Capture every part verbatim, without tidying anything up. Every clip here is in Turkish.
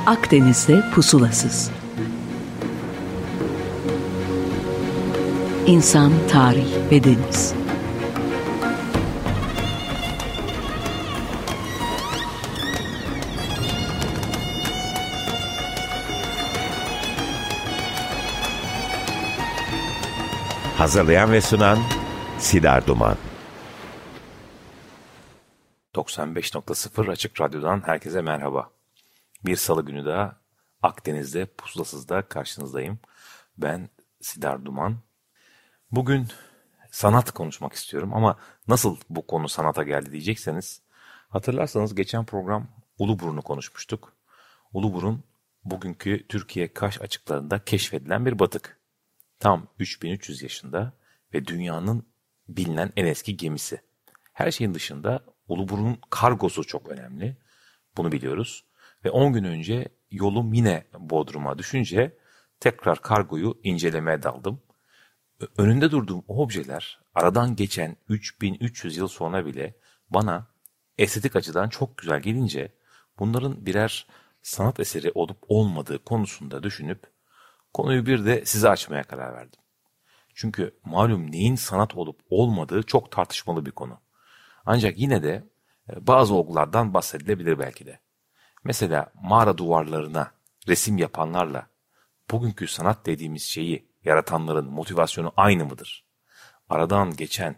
Akdeniz'de pusulasız. İnsan, tarih ve deniz. Hazırlayan ve sunan Sidar Duman. doksan beş nokta sıfır Açık Radyo'dan herkese merhaba. Bir salı günü daha Akdeniz'de Pusulasız'da karşınızdayım. Ben Sidar Duman. Bugün sanat konuşmak istiyorum ama nasıl bu konu sanata geldi diyecekseniz, hatırlarsanız geçen program Uluburun'u konuşmuştuk. Uluburun bugünkü Türkiye-Kaş açıklarında keşfedilen bir batık. Tam üç bin üç yüz yaşında ve dünyanın bilinen en eski gemisi. Her şeyin dışında Uluburun'un kargosu çok önemli. Bunu biliyoruz. Ve on gün önce yolum yine Bodrum'a düşünce tekrar kargoyu incelemeye daldım. Önünde durduğum o objeler aradan geçen üç bin üç yüz yıl sonra bile bana estetik açıdan çok güzel gelince bunların birer sanat eseri olup olmadığı konusunda düşünüp konuyu bir de size açmaya karar verdim. Çünkü malum neyin sanat olup olmadığı çok tartışmalı bir konu. Ancak yine de bazı olgulardan bahsedilebilir belki de. Mesela mağara duvarlarına resim yapanlarla bugünkü sanat dediğimiz şeyi yaratanların motivasyonu aynı mıdır? Aradan geçen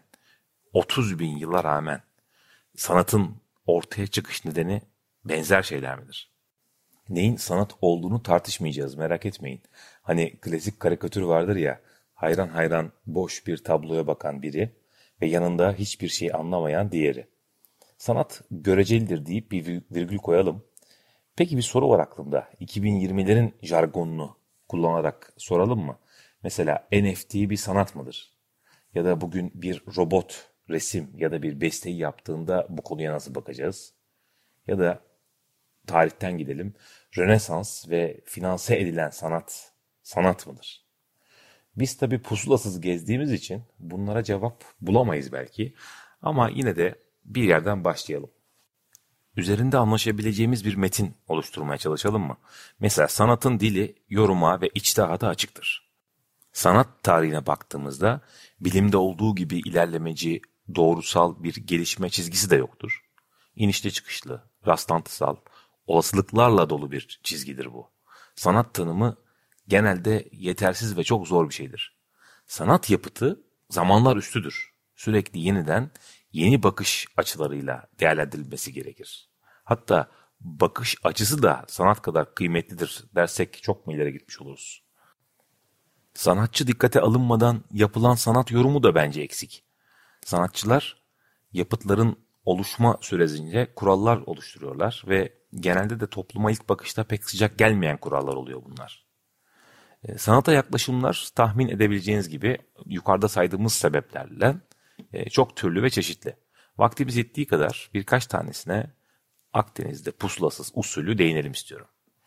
otuz bin yıla rağmen sanatın ortaya çıkış nedeni benzer şeyler midir? Neyin sanat olduğunu tartışmayacağız, merak etmeyin. Hani klasik karikatür vardır ya, hayran hayran boş bir tabloya bakan biri ve yanında hiçbir şey anlamayan diğeri. Sanat görecelidir deyip bir virgül koyalım. Peki bir soru var aklımda. iki bin yirmilerin jargonunu kullanarak soralım mı? Mesela N F T bir sanat mıdır? Ya da bugün bir robot resim ya da bir besteyi yaptığında bu konuya nasıl bakacağız? Ya da tarihten gidelim. Rönesans ve finanse edilen sanat, sanat mıdır? Biz tabii pusulasız gezdiğimiz için bunlara cevap bulamayız belki. Ama yine de bir yerden başlayalım. Üzerinde anlaşabileceğimiz bir metin oluşturmaya çalışalım mı? Mesela sanatın dili yoruma ve içtihada açıktır. Sanat tarihine baktığımızda bilimde olduğu gibi ilerlemeci, doğrusal bir gelişme çizgisi de yoktur. İnişli çıkışlı, rastlantısal, olasılıklarla dolu bir çizgidir bu. Sanat tanımı genelde yetersiz ve çok zor bir şeydir. Sanat yapıtı zamanlar üstüdür. Sürekli yeniden yeni bakış açılarıyla değerlendirilmesi gerekir. Hatta bakış açısı da sanat kadar kıymetlidir dersek çok mu ileri gitmiş oluruz? Sanatçı dikkate alınmadan yapılan sanat yorumu da bence eksik. Sanatçılar yapıtların oluşma sürecince kurallar oluşturuyorlar ve genelde de topluma ilk bakışta pek sıcak gelmeyen kurallar oluyor bunlar. Sanata yaklaşımlar tahmin edebileceğiniz gibi yukarıda saydığımız sebeplerle çok türlü ve çeşitli. Vaktimiz yettiği kadar birkaç tanesine Akdeniz'de pusulasız usulü değinelim istiyorum.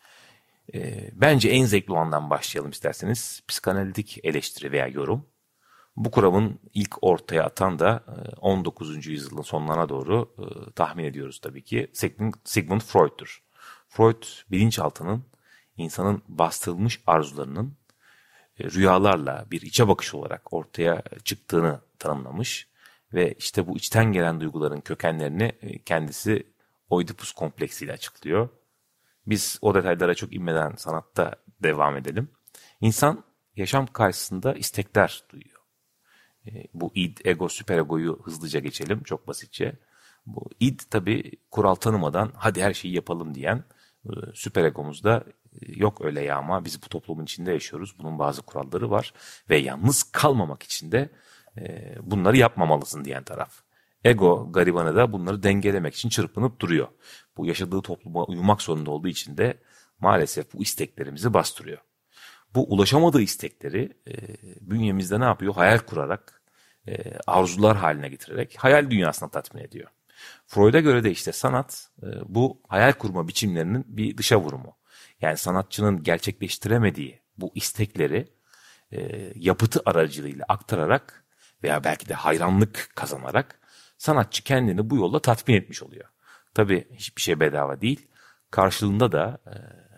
Bence en zevkli olandan başlayalım isterseniz. Psikanalitik eleştiri veya yorum. Bu kuramın ilk ortaya atan da on dokuzuncu yüzyılın sonlarına doğru tahmin ediyoruz tabii ki Sigmund Freud'tur. Freud bilinçaltının insanın bastırılmış arzularının rüyalarla bir içe bakış olarak ortaya çıktığını tanımlamış ve işte bu içten gelen duyguların kökenlerini kendisi Oidipus kompleksiyle açıklıyor. Biz o detaylara çok inmeden sanatta devam edelim. İnsan yaşam karşısında istekler duyuyor. Bu id, ego, süperegoyu hızlıca geçelim çok basitçe. Bu id tabii kural tanımadan hadi her şeyi yapalım diyen, süperegomuzda yok öyle ya ama biz bu toplumun içinde yaşıyoruz. Bunun bazı kuralları var ve yalnız kalmamak için de e, bunları yapmamalısın diyen taraf. Ego garibanı da bunları dengelemek için çırpınıp duruyor. Bu yaşadığı topluma uyumak zorunda olduğu için de maalesef bu isteklerimizi bastırıyor. Bu ulaşamadığı istekleri e, bünyemizde ne yapıyor? Hayal kurarak, e, arzular haline getirerek hayal dünyasına tatmin ediyor. Freud'a göre de işte sanat e, bu hayal kurma biçimlerinin bir dışa vurumu. Yani sanatçının gerçekleştiremediği bu istekleri e, yapıtı aracılığıyla aktararak veya belki de hayranlık kazanarak sanatçı kendini bu yolla tatmin etmiş oluyor. Tabii hiçbir şey bedava değil. Karşılığında da e,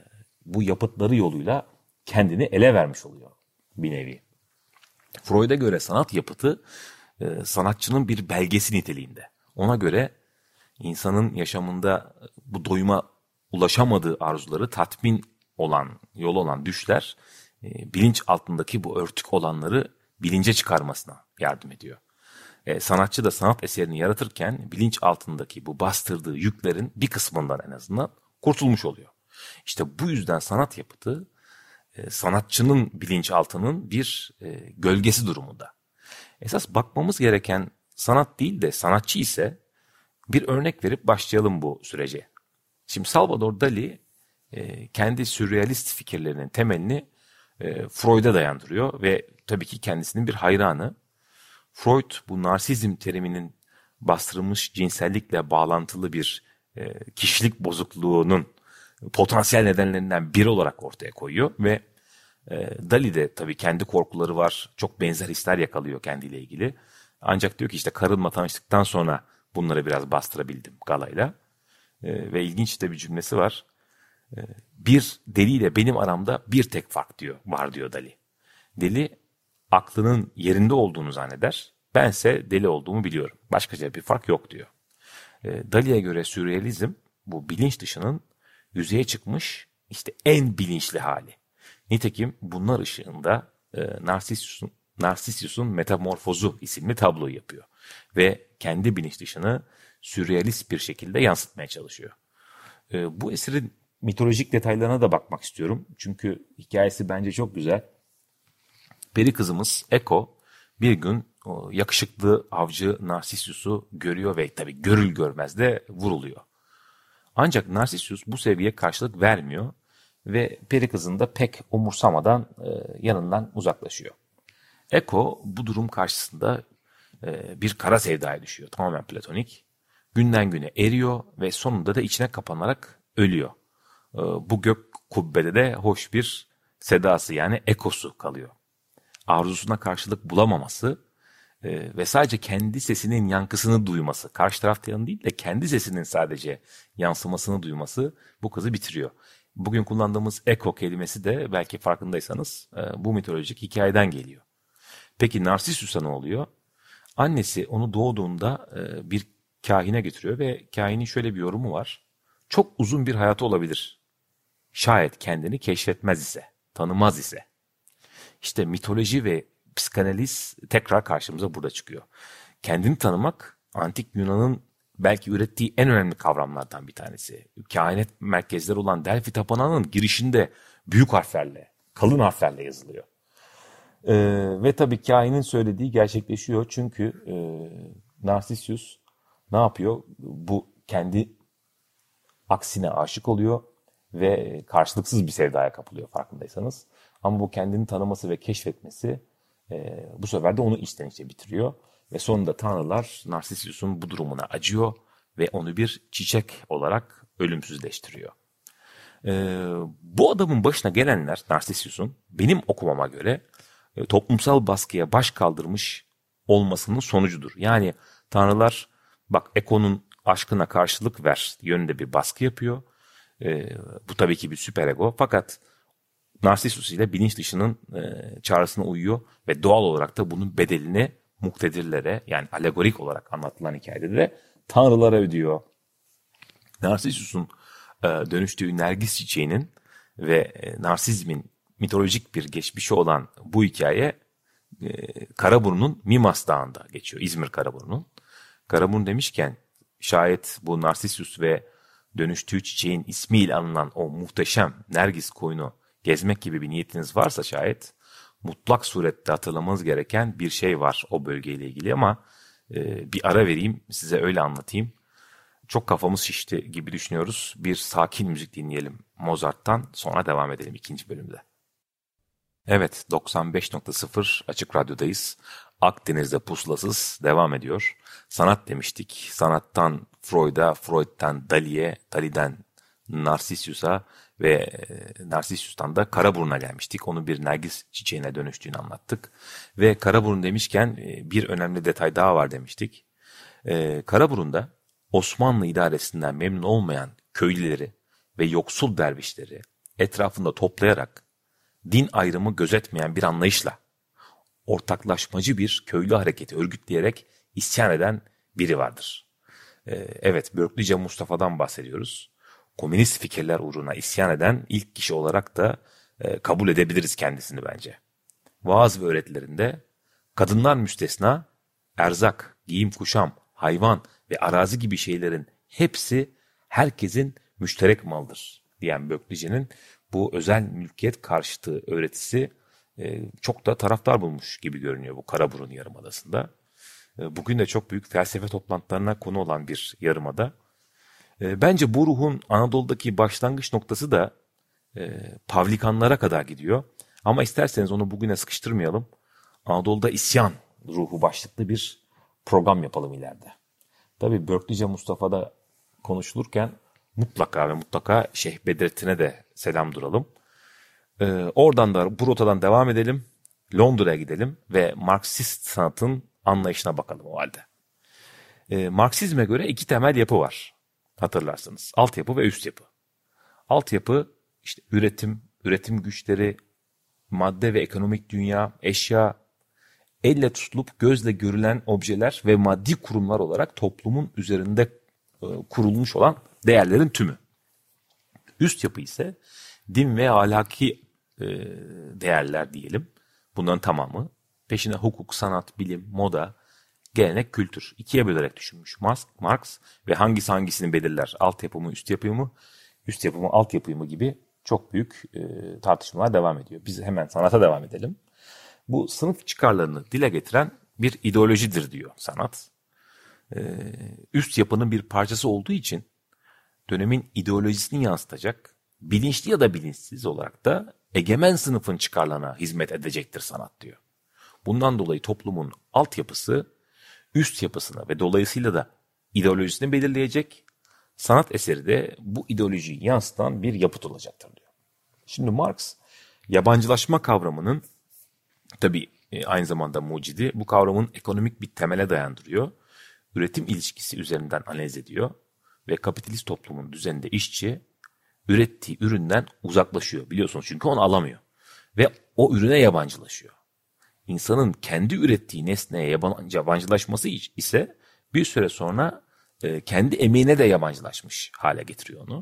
bu yapıtları yoluyla kendini ele vermiş oluyor bir nevi. Freud'a göre sanat yapıtı e, sanatçının bir belgesi niteliğinde. Ona göre insanın yaşamında bu doyuma ulaşamadığı arzuları tatmin olan, yol olan düşler e, bilinç altındaki bu örtük olanları bilince çıkarmasına yardım ediyor. E, sanatçı da sanat eserini yaratırken bilinç altındaki bu bastırdığı yüklerin bir kısmından en azından kurtulmuş oluyor. İşte bu yüzden sanat yapıtı e, sanatçının bilinçaltının bir e, gölgesi durumunda. Esas bakmamız gereken sanat değil de sanatçı ise bir örnek verip başlayalım bu sürece. Şimdi Salvador Dali e, kendi sürrealist fikirlerinin temelini e, Freud'a dayandırıyor ve tabii ki kendisinin bir hayranı. Freud bu narsizm teriminin bastırılmış cinsellikle bağlantılı bir e, kişilik bozukluğunun potansiyel nedenlerinden biri olarak ortaya koyuyor ve e, Dali de tabii kendi korkuları var, çok benzer hisler yakalıyor kendiyle ilgili. Ancak diyor ki işte karımla tanıştıktan sonra bunları biraz bastırabildim galayla. E, ve ilginç de bir cümlesi var. E, bir deliyle benim aramda bir tek fark diyor, var diyor Dali. Deli aklının yerinde olduğunu zanneder. Bense deli olduğumu biliyorum. Başkaca bir fark yok diyor. E, Dali'ye göre sürrealizm bu bilinç dışının yüzeye çıkmış işte en bilinçli hali. Nitekim bunlar ışığında e, Narsisus'un Narsisus'un Metamorfozu isimli tabloyu yapıyor. Ve kendi bilinç dışını sürrealist bir şekilde yansıtmaya çalışıyor. E, bu eserin mitolojik detaylarına da bakmak istiyorum. Çünkü hikayesi bence çok güzel. Peri kızımız Echo bir gün o yakışıklı avcı Narsisus'u görüyor ve tabii görül görmez de vuruluyor. Ancak Narsisus bu sevgiye karşılık vermiyor ve peri kızını da pek umursamadan e, yanından uzaklaşıyor. Echo bu durum karşısında e, bir kara sevdaya düşüyor, tamamen platonik. Günden güne eriyor ve sonunda da içine kapanarak ölüyor. E, bu gök kubbede de hoş bir sedası yani ekosu kalıyor. Arzusuna karşılık bulamaması e, ve sadece kendi sesinin yankısını duyması, karşı taraftan değil de kendi sesinin sadece yansımasını duyması bu kızı bitiriyor. Bugün kullandığımız eko kelimesi de belki farkındaysanız e, bu mitolojik hikayeden geliyor. Peki Narsisus'a ne oluyor? Annesi onu doğduğunda e, bir kahine götürüyor ve kahinin şöyle bir yorumu var. Çok uzun bir hayatı olabilir. Şayet kendini keşfetmez ise, tanımaz ise. İşte mitoloji ve psikanaliz tekrar karşımıza burada çıkıyor. Kendini tanımak, antik Yunan'ın belki ürettiği en önemli kavramlardan bir tanesi. Kainat merkezleri olan Delphi Tapınağı'nın girişinde büyük harflerle, kalın harflerle yazılıyor. Ee, ve tabii kainin söylediği gerçekleşiyor. Çünkü e, Narsisus ne yapıyor? Bu kendi aksine aşık oluyor ve karşılıksız bir sevdaya kapılıyor farkındaysanız. Ama bu kendini tanıması ve keşfetmesi e, bu sefer de onu içten içe bitiriyor. Ve sonunda tanrılar Narsisus'un bu durumuna acıyor ve onu bir çiçek olarak ölümsüzleştiriyor. E, bu adamın başına gelenler Narsisus'un benim okumama göre e, toplumsal baskıya baş kaldırmış olmasının sonucudur. Yani tanrılar bak Eko'nun aşkına karşılık ver yönünde bir baskı yapıyor. E, bu tabii ki bir süperego fakat Narsisus ile bilinç dışının e, çağrısına uyuyor ve doğal olarak da bunun bedelini muktedirlere yani alegorik olarak anlatılan hikayede de tanrılara ödüyor. Narsisus'un e, dönüştüğü Nergis çiçeğinin ve e, narsizmin mitolojik bir geçmişi olan bu hikaye e, Karaburun'un Mimas Dağı'nda geçiyor. İzmir Karaburun'un. Karaburun demişken şayet bu Narsisus ve dönüştüğü çiçeğin ismiyle anılan o muhteşem Nergis koyunu gezmek gibi bir niyetiniz varsa şayet mutlak surette hatırlamanız gereken bir şey var o bölgeyle ilgili ama e, bir ara vereyim size öyle anlatayım. Çok kafamız şişti gibi düşünüyoruz. Bir sakin müzik dinleyelim Mozart'tan sonra devam edelim ikinci bölümde. Evet doksan beş nokta sıfır Açık Radyo'dayız. Akdeniz'de pusulasız devam ediyor. Sanat demiştik. Sanattan Freud'a, Freud'dan Dali'ye, Dali'den Narsisus'a ve Narsisus'tan da Karaburun'a gelmiştik. Onu bir nergis çiçeğine dönüştüğünü anlattık. Ve Karaburun demişken bir önemli detay daha var demiştik. Karaburun'da Osmanlı idaresinden memnun olmayan köylüleri ve yoksul dervişleri etrafında toplayarak din ayrımı gözetmeyen bir anlayışla ortaklaşmacı bir köylü hareketi örgütleyerek isyan eden biri vardır. Ee, evet, Börklüce Mustafa'dan bahsediyoruz. Komünist fikirler uğruna isyan eden ilk kişi olarak da e, kabul edebiliriz kendisini bence. Vaaz ve öğretilerinde kadınlar müstesna, erzak, giyim kuşam, hayvan ve arazi gibi şeylerin hepsi herkesin müşterek maldır diyen Börklüce'nin bu özel mülkiyet karşıtı öğretisi e, çok da taraftar bulmuş gibi görünüyor bu Karaburun Yarımadası'nda. E, bugün de çok büyük felsefe toplantılarına konu olan bir yarımada. E, bence bu ruhun Anadolu'daki başlangıç noktası da e, Pavlikanlara kadar gidiyor. Ama isterseniz onu bugüne sıkıştırmayalım. Anadolu'da isyan ruhu başlıklı bir program yapalım ileride. Tabii Börklüce Mustafa'da konuşulurken mutlaka ve mutlaka Şeyh Bedrettin'e de selam duralım. Ee, oradan da bu rotadan devam edelim. Londra'ya gidelim ve Marksist sanatın anlayışına bakalım o halde. Ee, Marksizme göre iki temel yapı var. Hatırlarsınız. Altyapı ve üst yapı. Altyapı işte üretim, üretim güçleri, madde ve ekonomik dünya, eşya, elle tutulup gözle görülen objeler ve maddi kurumlar olarak toplumun üzerinde e, kurulmuş olan değerlerin tümü. Üst yapı ise din ve ahlaki e, değerler diyelim. Bunların tamamı. Peşine hukuk, sanat, bilim, moda, gelenek, kültür. İkiye bölerek düşünmüş Marx, Marx ve hangisi hangisini belirler? Altyapı mı, üst yapı mı? Üst yapı mı, altyapı mı gibi çok büyük e, tartışmalar devam ediyor. Biz hemen sanata devam edelim. Bu sınıf çıkarlarını dile getiren bir ideolojidir diyor sanat. Ee, üst yapının bir parçası olduğu için dönemin ideolojisini yansıtacak, bilinçli ya da bilinçsiz olarak da egemen sınıfın çıkarlarına hizmet edecektir sanat diyor. Bundan dolayı toplumun altyapısı üst yapısını ve dolayısıyla da ideolojisini belirleyecek, sanat eseri de bu ideolojiyi yansıtan bir yapıt olacaktır diyor. Şimdi Marx yabancılaşma kavramının tabii aynı zamanda mucidi bu kavramın ekonomik bir temele dayandırıyor. Üretim ilişkisi üzerinden analiz ediyor ve kapitalist toplumun düzeninde işçi ürettiği üründen uzaklaşıyor. Biliyorsunuz çünkü onu alamıyor ve o ürüne yabancılaşıyor. İnsanın kendi ürettiği nesneye yabancılaşması ise bir süre sonra kendi emeğine de yabancılaşmış hale getiriyor onu.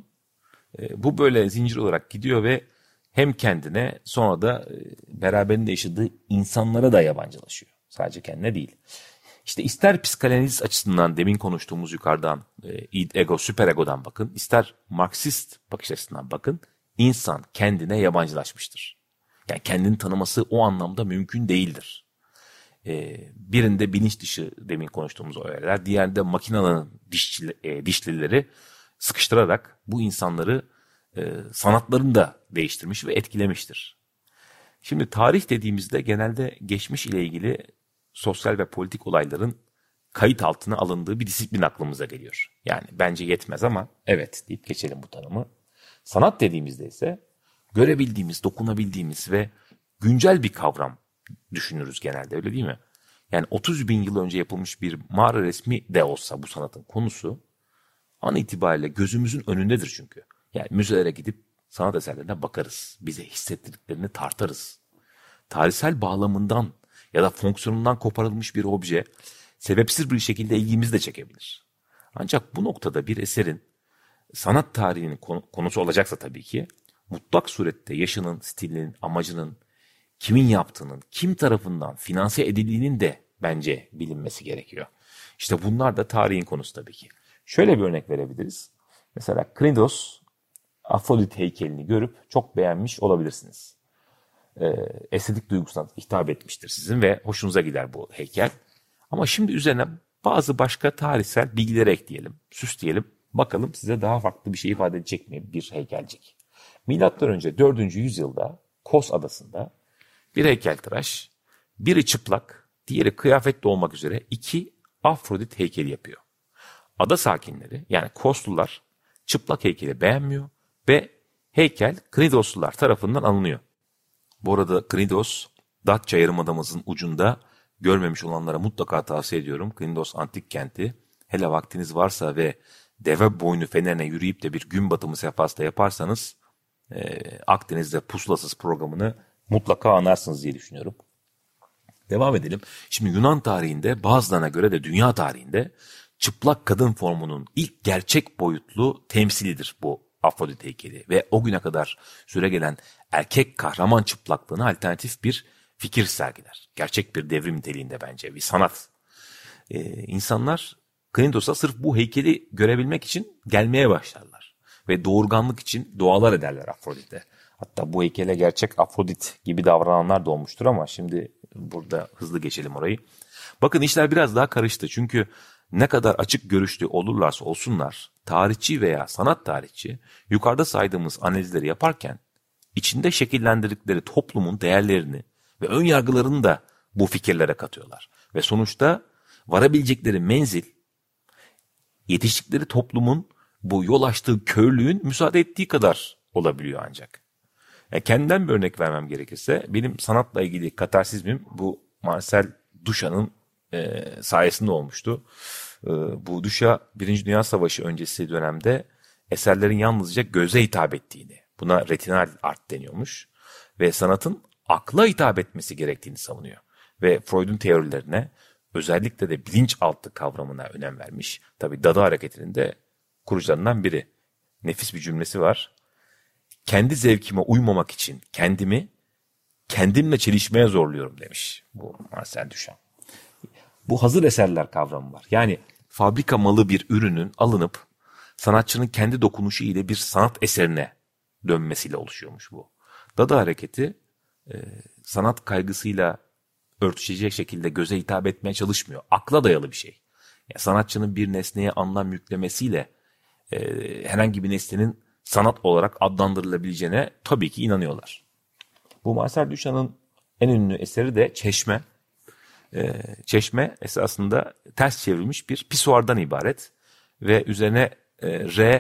Bu böyle zincir olarak gidiyor ve hem kendine sonra da beraberinde yaşadığı insanlara da yabancılaşıyor. Sadece kendine değil. İşte ister psikanaliz açısından demin konuştuğumuz yukarıdan id, ego, süperegodan bakın, ister Marksist bakış açısından bakın, insan kendine yabancılaşmıştır. Yani kendini tanıması o anlamda mümkün değildir. Ee, birinde bilinç dışı demin konuştuğumuz o öğeler, diğerinde makinelerin dişçi, e, dişlileri sıkıştırarak bu insanları e, sanatlarını da değiştirmiş ve etkilemiştir. Şimdi tarih dediğimizde genelde geçmiş ile ilgili sosyal ve politik olayların kayıt altına alındığı bir disiplin aklımıza geliyor. Yani bence yetmez ama evet deyip geçelim bu tanımı. Sanat dediğimizde ise görebildiğimiz, dokunabildiğimiz ve güncel bir kavram düşünürüz genelde, öyle değil mi? Yani otuz bin yıl önce yapılmış bir mağara resmi de olsa bu sanatın konusu an itibariyle gözümüzün önündedir çünkü. Yani müzelere gidip sanat eserlerine bakarız. Bize hissettirdiklerini tartarız. Tarihsel bağlamından ya da fonksiyonundan koparılmış bir obje sebepsiz bir şekilde ilgimizi de çekebilir. Ancak bu noktada bir eserin sanat tarihinin konusu olacaksa tabii ki mutlak surette yaşının, stilinin, amacının, kimin yaptığının, kim tarafından finanse edildiğinin de bence bilinmesi gerekiyor. İşte bunlar da tarihin konusu tabii ki. Şöyle bir örnek verebiliriz. Mesela Knidos Afrodit heykelini görüp çok beğenmiş olabilirsiniz. Ee, estetik duygusuna hitap etmiştir sizin ve hoşunuza gider bu heykel. Ama şimdi üzerine bazı başka tarihsel bilgileri ekleyelim, süsleyelim. Bakalım size daha farklı bir şey ifade edecek mi bir heykelcik. Milattan önce dördüncü yüzyılda Kos adasında bir heykeltıraş, biri çıplak, diğeri kıyafetli olmak üzere iki Afrodit heykeli yapıyor. Ada sakinleri yani Koslular çıplak heykeli beğenmiyor ve heykel Knidoslular tarafından alınıyor. Bu arada Knidos, Datça Yarımadamızın ucunda, görmemiş olanlara mutlaka tavsiye ediyorum. Knidos antik kenti. Hele vaktiniz varsa ve deve boynu fenerine yürüyüp de bir gün batımı sefası da yaparsanız e, Akdeniz'de Pusulasız programını mutlaka anlarsınız diye düşünüyorum. Devam edelim. Şimdi Yunan tarihinde, bazılarına göre de dünya tarihinde çıplak kadın formunun ilk gerçek boyutlu temsilidir bu Afrodit heykeli. Ve o güne kadar süregelen erkek kahraman çıplaklığına alternatif bir fikir sergiler. Gerçek bir devrim niteliğinde bence bir sanat. Ee, insanlar Knidos'a sırf bu heykeli görebilmek için gelmeye başlarlar. Ve doğurganlık için dualar ederler Afrodit'e. Hatta bu heykele gerçek Afrodit gibi davrananlar da olmuştur ama şimdi burada hızlı geçelim orayı. Bakın işler biraz daha karıştı. Çünkü ne kadar açık görüşlü olurlarsa olsunlar, tarihçi veya sanat tarihçi yukarıda saydığımız analizleri yaparken içinde şekillendirdikleri toplumun değerlerini ve ön yargılarını da bu fikirlere katıyorlar. Ve sonuçta varabilecekleri menzil, yetiştikleri toplumun bu yol açtığı körlüğün müsaade ettiği kadar olabiliyor ancak. Yani kendimden bir örnek vermem gerekirse benim sanatla ilgili katarsizmim bu Marcel Duchamp'ın e, sayesinde olmuştu. E, bu Duchamp Birinci Dünya Savaşı öncesi dönemde eserlerin yalnızca göze hitap ettiğini, buna retinal art deniyormuş ve sanatın akla hitap etmesi gerektiğini savunuyor. Ve Freud'un teorilerine, özellikle de bilinçaltı kavramına önem vermiş. Tabii Dada hareketinin de kurucularından biri. Nefis bir cümlesi var. Kendi zevkime uymamak için kendimi kendimle çelişmeye zorluyorum demiş bu Marcel Duchamp. Bu hazır eserler kavramı var. Yani fabrika malı bir ürünün alınıp sanatçının kendi dokunuşu ile bir sanat eserine dönmesiyle oluşuyormuş bu. Dada hareketi e, sanat kaygısıyla örtüşecek şekilde göze hitap etmeye çalışmıyor. Akla dayalı bir şey. Yani sanatçının bir nesneye anlam yüklemesiyle e, herhangi bir nesnenin sanat olarak adlandırılabileceğine tabii ki inanıyorlar. Bu Marcel Duchamp'ın en ünlü eseri de Çeşme. Ee, Çeşme esasında ters çevrilmiş bir pisuardan ibaret ve üzerine e, R.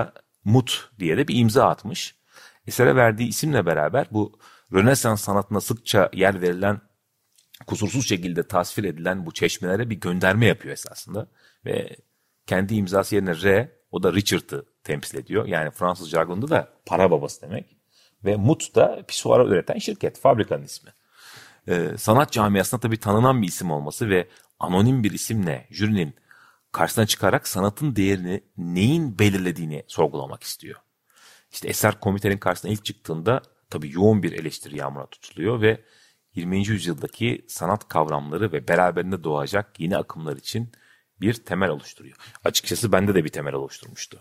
Mut diye de bir imza atmış. Esere verdiği isimle beraber bu Rönesans sanatına sıkça yer verilen, kusursuz şekilde tasvir edilen bu çeşmelere bir gönderme yapıyor esasında. Ve kendi imzası yerine R, o da Richard'ı temsil ediyor. Yani Fransız jargonunda da para babası demek. Ve Mut da pisuarı üreten şirket, fabrikanın ismi. Ee, sanat camiasında tabii tanınan bir isim olması ve anonim bir isimle jürinin karşısına çıkarak sanatın değerini neyin belirlediğini sorgulamak istiyor. İşte eser komitenin karşısına ilk çıktığında tabii yoğun bir eleştiri yağmuruna tutuluyor ve yirminci yüzyıldaki sanat kavramları ve beraberinde doğacak yeni akımlar için bir temel oluşturuyor. Açıkçası bende de bir temel oluşturmuştu.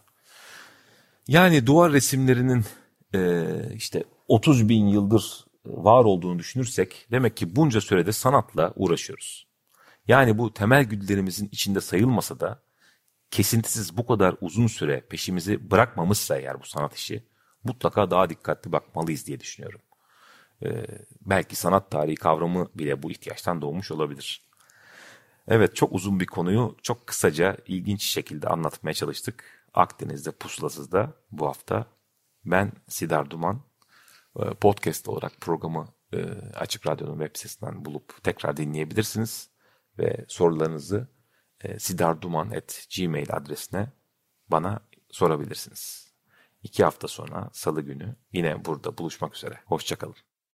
Yani duvar resimlerinin e, işte otuz bin yıldır var olduğunu düşünürsek demek ki bunca sürede sanatla uğraşıyoruz. Yani bu temel güdülerimizin içinde sayılmasa da kesintisiz bu kadar uzun süre peşimizi bırakmamışsa eğer bu sanat işi mutlaka daha dikkatli bakmalıyız diye düşünüyorum. Ee, belki sanat tarihi kavramı bile bu ihtiyaçtan doğmuş olabilir. Evet, çok uzun bir konuyu çok kısaca ilginç şekilde anlatmaya çalıştık. Akdeniz'de Pusulasız'da bu hafta ben Sidar Duman. Podcast olarak programı Açık Radyo'nun web sitesinden bulup tekrar dinleyebilirsiniz. Ve sorularınızı sidarduman at gmail adresine bana sorabilirsiniz. İki hafta sonra Salı günü yine burada buluşmak üzere. Hoşça kalın.